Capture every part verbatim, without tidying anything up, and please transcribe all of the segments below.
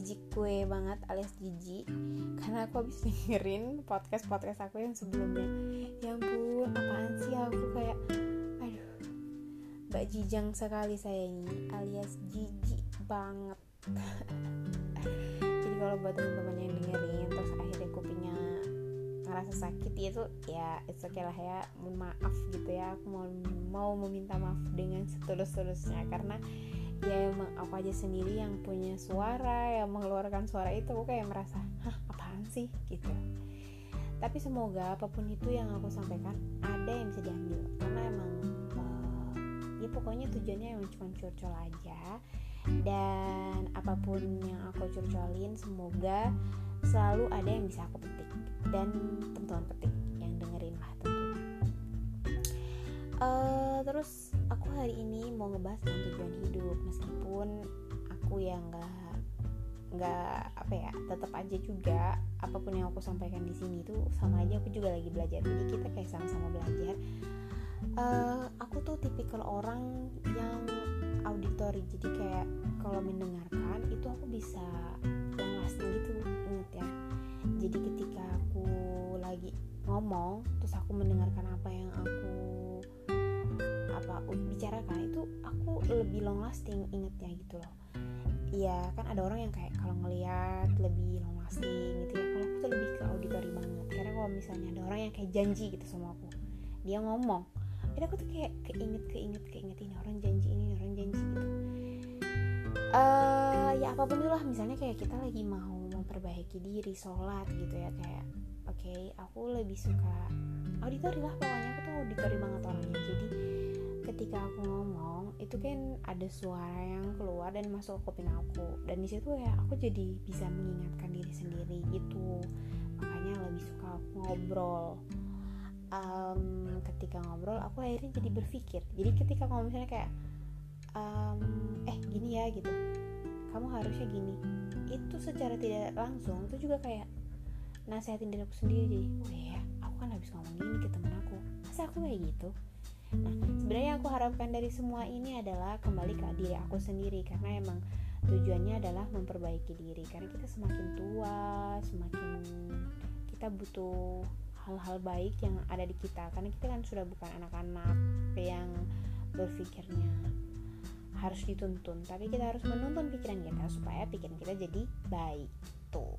jijik gue banget alias jijik, karena aku habis dengerin podcast-podcast aku yang sebelumnya. Ya ampun, apaan sih aku kayak, aduh, mbak jijang sekali saya ini, alias jijik banget. Jadi kalau buat teman-teman yang dengerin terus akhirnya kupingnya ngerasa sakit, itu ya it's okay lah ya, mohon maaf gitu ya. Aku mau mau meminta maaf dengan setulus-tulusnya, karena ya emang aku aja sendiri yang punya suara, yang mengeluarkan suara itu, aku kayak merasa, hah apaan sih gitu. Tapi semoga apapun itu yang aku sampaikan ada yang bisa diambil, karena emang uh, ya pokoknya tujuannya emang cuma curcol aja. Dan apapun yang aku curcolin, semoga selalu ada yang bisa aku petik, dan teman-teman petik yang dengerin lah tentunya. Uh, terus aku hari ini mau ngebahas tentang tujuan hidup, meskipun aku yang nggak nggak apa ya, tetap aja juga apapun yang aku sampaikan di sini tuh sama aja aku juga lagi belajar. Jadi kita kayak sama-sama belajar. Uh, aku tuh tipikal orang yang auditory, jadi kayak kalau mendengarkan itu aku bisa long lasting gitu, inget ya. Jadi ketika aku lagi ngomong terus aku mendengarkan apa yang aku apa bicarakan, itu aku lebih long lasting ingetnya gitu loh. Iya kan ada orang yang kayak kalau ngelihat lebih long lasting gitu ya. Kalau aku tuh lebih ke auditory banget, karena kalau misalnya ada orang yang kayak janji gitu sama aku, dia ngomong, jadi aku tuh kayak keinget keinget keinget ini orang janji, ini orang janji gitu. Uh, ya apapun itulah, misalnya kayak kita lagi mau memperbaiki diri, sholat gitu ya, kayak oke okay, aku lebih suka auditory lah, pokoknya aku tuh auditory banget orangnya. Jadi ketika aku ngomong itu kan ada suara yang keluar dan masuk ke kuping aku, dan di situ ya aku jadi bisa mengingatkan diri sendiri gitu. Makanya lebih suka aku ngobrol. Um, ketika ngobrol aku akhirnya jadi berpikir. Jadi ketika ngomong misalnya kayak um, eh gini ya gitu, kamu harusnya gini, itu secara tidak langsung itu juga kayak nasehatin diri aku sendiri. Jadi oh iya, aku kan habis ngomong gini ke temen aku, masa aku kayak gitu. Nah sebenarnya yang aku harapkan dari semua ini adalah kembali ke diri aku sendiri, karena emang tujuannya adalah memperbaiki diri. Karena kita semakin tua semakin kita butuh hal-hal baik yang ada di kita, karena kita kan sudah bukan anak-anak yang berpikirnya harus dituntun, tapi kita harus menuntun pikiran kita supaya pikiran kita jadi baik tuh.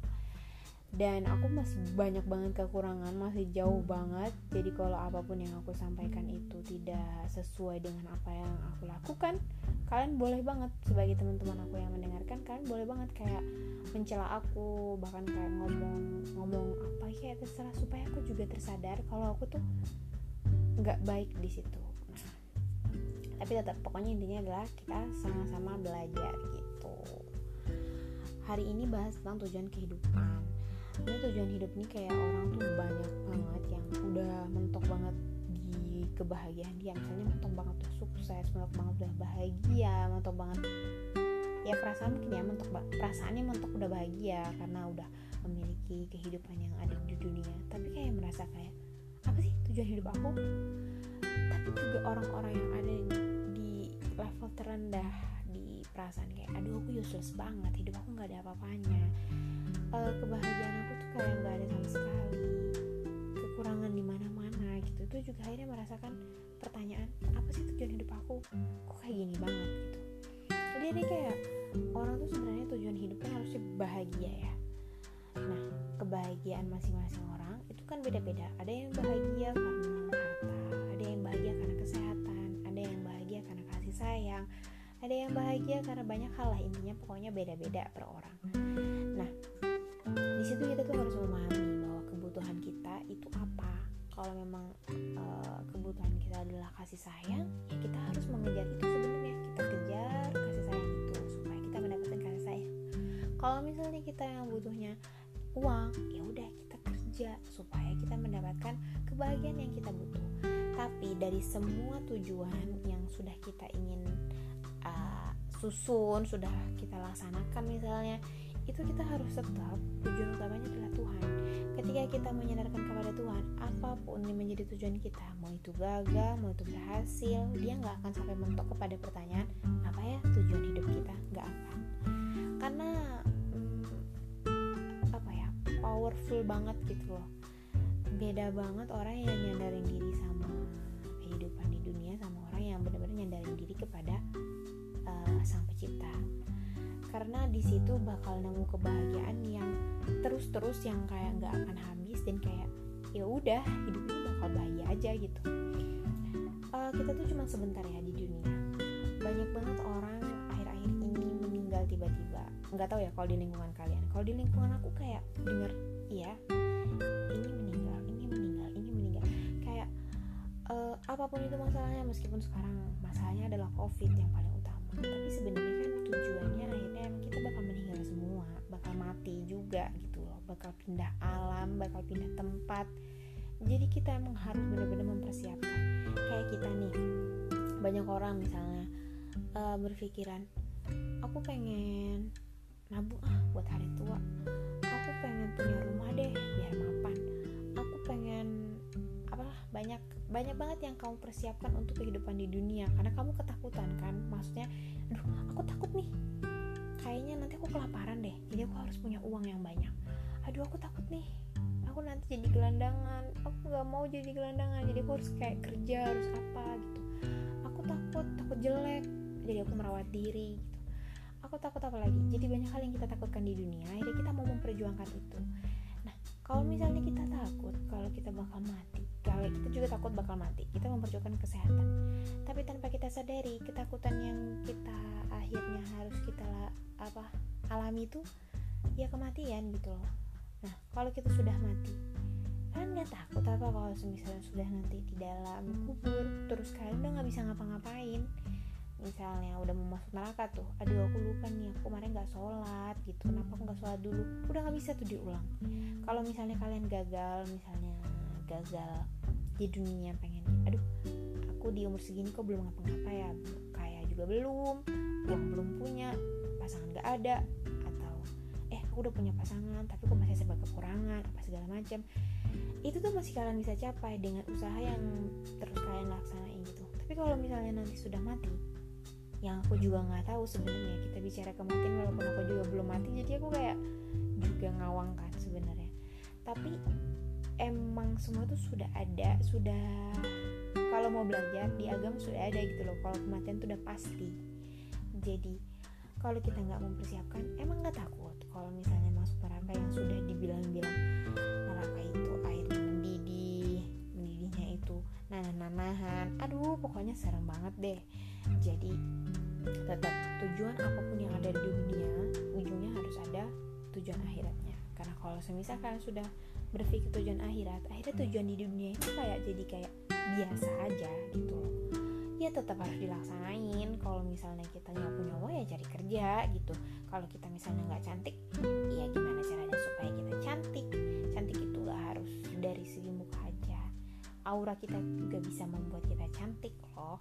Dan aku masih banyak banget kekurangan, masih jauh banget. Jadi kalau apapun yang aku sampaikan itu tidak sesuai dengan apa yang aku lakukan, kalian boleh banget sebagai teman-teman aku yang mendengarkan, kalian boleh banget kayak mencela aku, bahkan kayak ngomong ngomong apa kayak terserah, supaya aku juga tersadar kalau aku tuh nggak baik di situ. Nah, tapi tetap pokoknya intinya adalah kita sama-sama belajar gitu. Hari ini bahas tentang tujuan kehidupan. Ini tujuan hidup nih kayak orang tuh banyak banget yang udah mentok banget di kebahagiaan dia, misalnya mentok banget udah sukses, mentok banget udah bahagia, mentok banget ya perasaan mungkin ya mentok perasaannya mentok udah bahagia karena udah memiliki kehidupan yang ada di dunia. Tapi kayak merasa kayak apa sih tujuan hidup aku? Tapi juga orang-orang yang ada di level terendah di perasaan kayak aduh aku useless banget, hidup aku nggak ada apa-apanya. Uh, kebahagiaan aku tuh kayak nggak ada sama sekali, kekurangan di mana-mana gitu. Itu juga akhirnya merasakan pertanyaan apa sih tujuan hidup aku, kok kayak gini banget gitu. Jadi dia kayak orang tuh sebenarnya tujuan hidupnya harusnya bahagia ya. Nah kebahagiaan masing-masing orang itu kan beda-beda. Ada yang bahagia karena harta, ada yang bahagia karena kesehatan, ada yang bahagia karena kasih sayang, ada yang bahagia karena banyak hal lah. Intinya pokoknya beda-beda per orang. Nah di situ kita tuh harus memahami bahwa kebutuhan kita itu apa. Kalau memang uh, kebutuhan kita adalah kasih sayang, ya kita harus mengejar itu sebenarnya. Kita kejar kasih sayang itu supaya kita mendapatkan kasih sayang. Kalau misalnya kita yang butuhnya uang, ya udah kita kerja supaya kita mendapatkan kebahagiaan yang kita butuh. Tapi dari semua tujuan yang sudah kita ingin uh, susun, sudah kita laksanakan misalnya, itu kita harus tetap tujuan utamanya adalah Tuhan. Ketika kita menyandarkan kepada Tuhan, apapun yang menjadi tujuan kita, mau itu gagal, mau itu berhasil, dia gak akan sampai mentok kepada pertanyaan apa ya tujuan hidup kita, gak akan. Karena hmm, powerful banget gitu loh. Beda banget orang yang nyadarin diri sama kehidupan di dunia sama orang yang benar-benar nyadarin diri kepada uh, sang pencipta. Karena di situ bakal nemu kebahagiaan yang terus-terus, yang kayak nggak akan habis, dan kayak ya udah hidup ini bakal bahagia aja gitu. Uh, kita tuh cuma sebentar ya di dunia. Banyak banget orang akhir-akhir ini meninggal tiba-tiba. Nggak tahu ya kalau di lingkungan kalian. Kalau di lingkungan aku kayak denger, iya, ini meninggal, ini meninggal, ini meninggal. Kayak uh, apapun itu masalahnya, meskipun sekarang masalahnya adalah COVID yang paling utama. Tapi sebenarnya kan tujuannya akhirnya kita bakal meninggal semua, bakal mati juga gitu loh, bakal pindah alam, bakal pindah tempat. Jadi kita emang harus benar-benar mempersiapkan. Kayak kita nih, banyak orang misalnya uh, berpikiran, aku pengen nabung ah buat hari tua, aku pengen punya rumah deh biar mapan, aku pengen apalah, banyak banyak banget yang kamu persiapkan untuk kehidupan di dunia karena kamu ketakutan kan. Maksudnya, aduh aku takut nih, kayaknya nanti aku kelaparan deh, jadi aku harus punya uang yang banyak. Aduh aku takut nih, aku nanti jadi gelandangan, aku nggak mau jadi gelandangan, jadi aku harus kayak kerja, harus apa gitu. Aku takut takut jelek, jadi aku merawat diri gitu. Aku takut apa lagi, jadi banyak hal yang kita takutkan di dunia, akhirnya kita mau memperjuangkan itu. Nah kalau misalnya kita takut kalau kita bakal mati, kalau kita juga takut bakal mati, kita memperjuangkan kesehatan, tapi tanpa kita sadari ketakutan yang kita akhirnya harus kita apa alami itu ya kematian gitu loh. Nah kalau kita sudah mati, kalian nggak takut apa kalau misalnya sudah nanti di dalam kubur, terus kalian udah nggak bisa ngapa-ngapain? Misalnya udah mau masuk neraka tuh, aduh aku lupa nih, aku kemarin nggak sholat gitu, kenapa aku nggak sholat dulu? Udah nggak bisa tuh diulang. Kalau misalnya kalian gagal, misalnya gagal di dunia, pengen, aduh aku di umur segini kok belum ngapa-ngapa ya, kaya juga belum, uang belum punya, pasangan nggak ada, atau eh aku udah punya pasangan tapi kok masih serba kekurangan, apa segala macam. Itu tuh masih kalian bisa capai dengan usaha yang terus kalian laksanain gitu. Tapi kalau misalnya nanti sudah mati, yang aku juga nggak tahu sebenarnya, kita bicara kematian walaupun aku juga belum mati, jadi aku kayak juga ngawang kan sebenarnya. Tapi emang semua tuh sudah ada, sudah kalau mau belajar di agama sudah ada gitu loh, kalau kematian tuh udah pasti. Jadi kalau kita nggak mempersiapkan, emang nggak takut kalau misalnya masuk neraka yang sudah dibilang-bilang neraka itu airnya mendidih, mendidihnya itu nanah-nanahan, aduh pokoknya serem banget deh. Jadi tetap tujuan apapun yang ada di dunia, ujungnya harus ada tujuan akhiratnya. Karena kalau semisal kalian sudah berpikir tujuan akhirat, akhirnya tujuan di dunia itu kayak jadi kayak biasa aja gitu loh. Ya tetap harus dilaksanain. Kalau misalnya kita nggak punya uang ya cari kerja gitu. Kalau kita misalnya nggak cantik, ya gimana caranya supaya kita cantik? Cantik itu nggak harus dari segi muka aja. Aura kita juga bisa membuat kita cantik loh.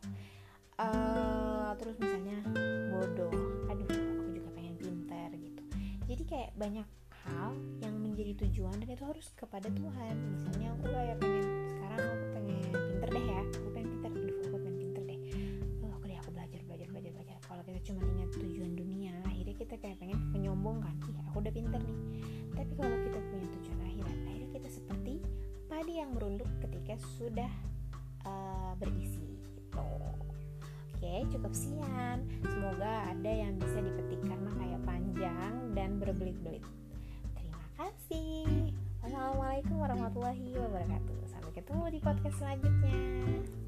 Uh, terus misalnya bodoh, aduh aku juga pengen pintar gitu. Jadi kayak banyak hal yang menjadi tujuan dan itu harus kepada Tuhan. Misalnya aku kayak pengen, sekarang aku pengen pintar deh ya, aku pengen pintar, aduh aku pengen pintar deh, oh, aku deh aku belajar belajar belajar belajar. Kalau kita cuma ingat tujuan dunia, akhirnya kita kayak pengen menyombongkan, ih aku udah pintar nih. Tapi kalau kita punya tujuan akhirat, akhirnya kita seperti padi yang merunduk ketika sudah uh, berisi gitu. Oke, cukup sekian. Semoga ada yang bisa dipetik karena kayak panjang dan berbelit-belit. Terima kasih. Wassalamualaikum warahmatullahi wabarakatuh. Sampai ketemu di podcast selanjutnya.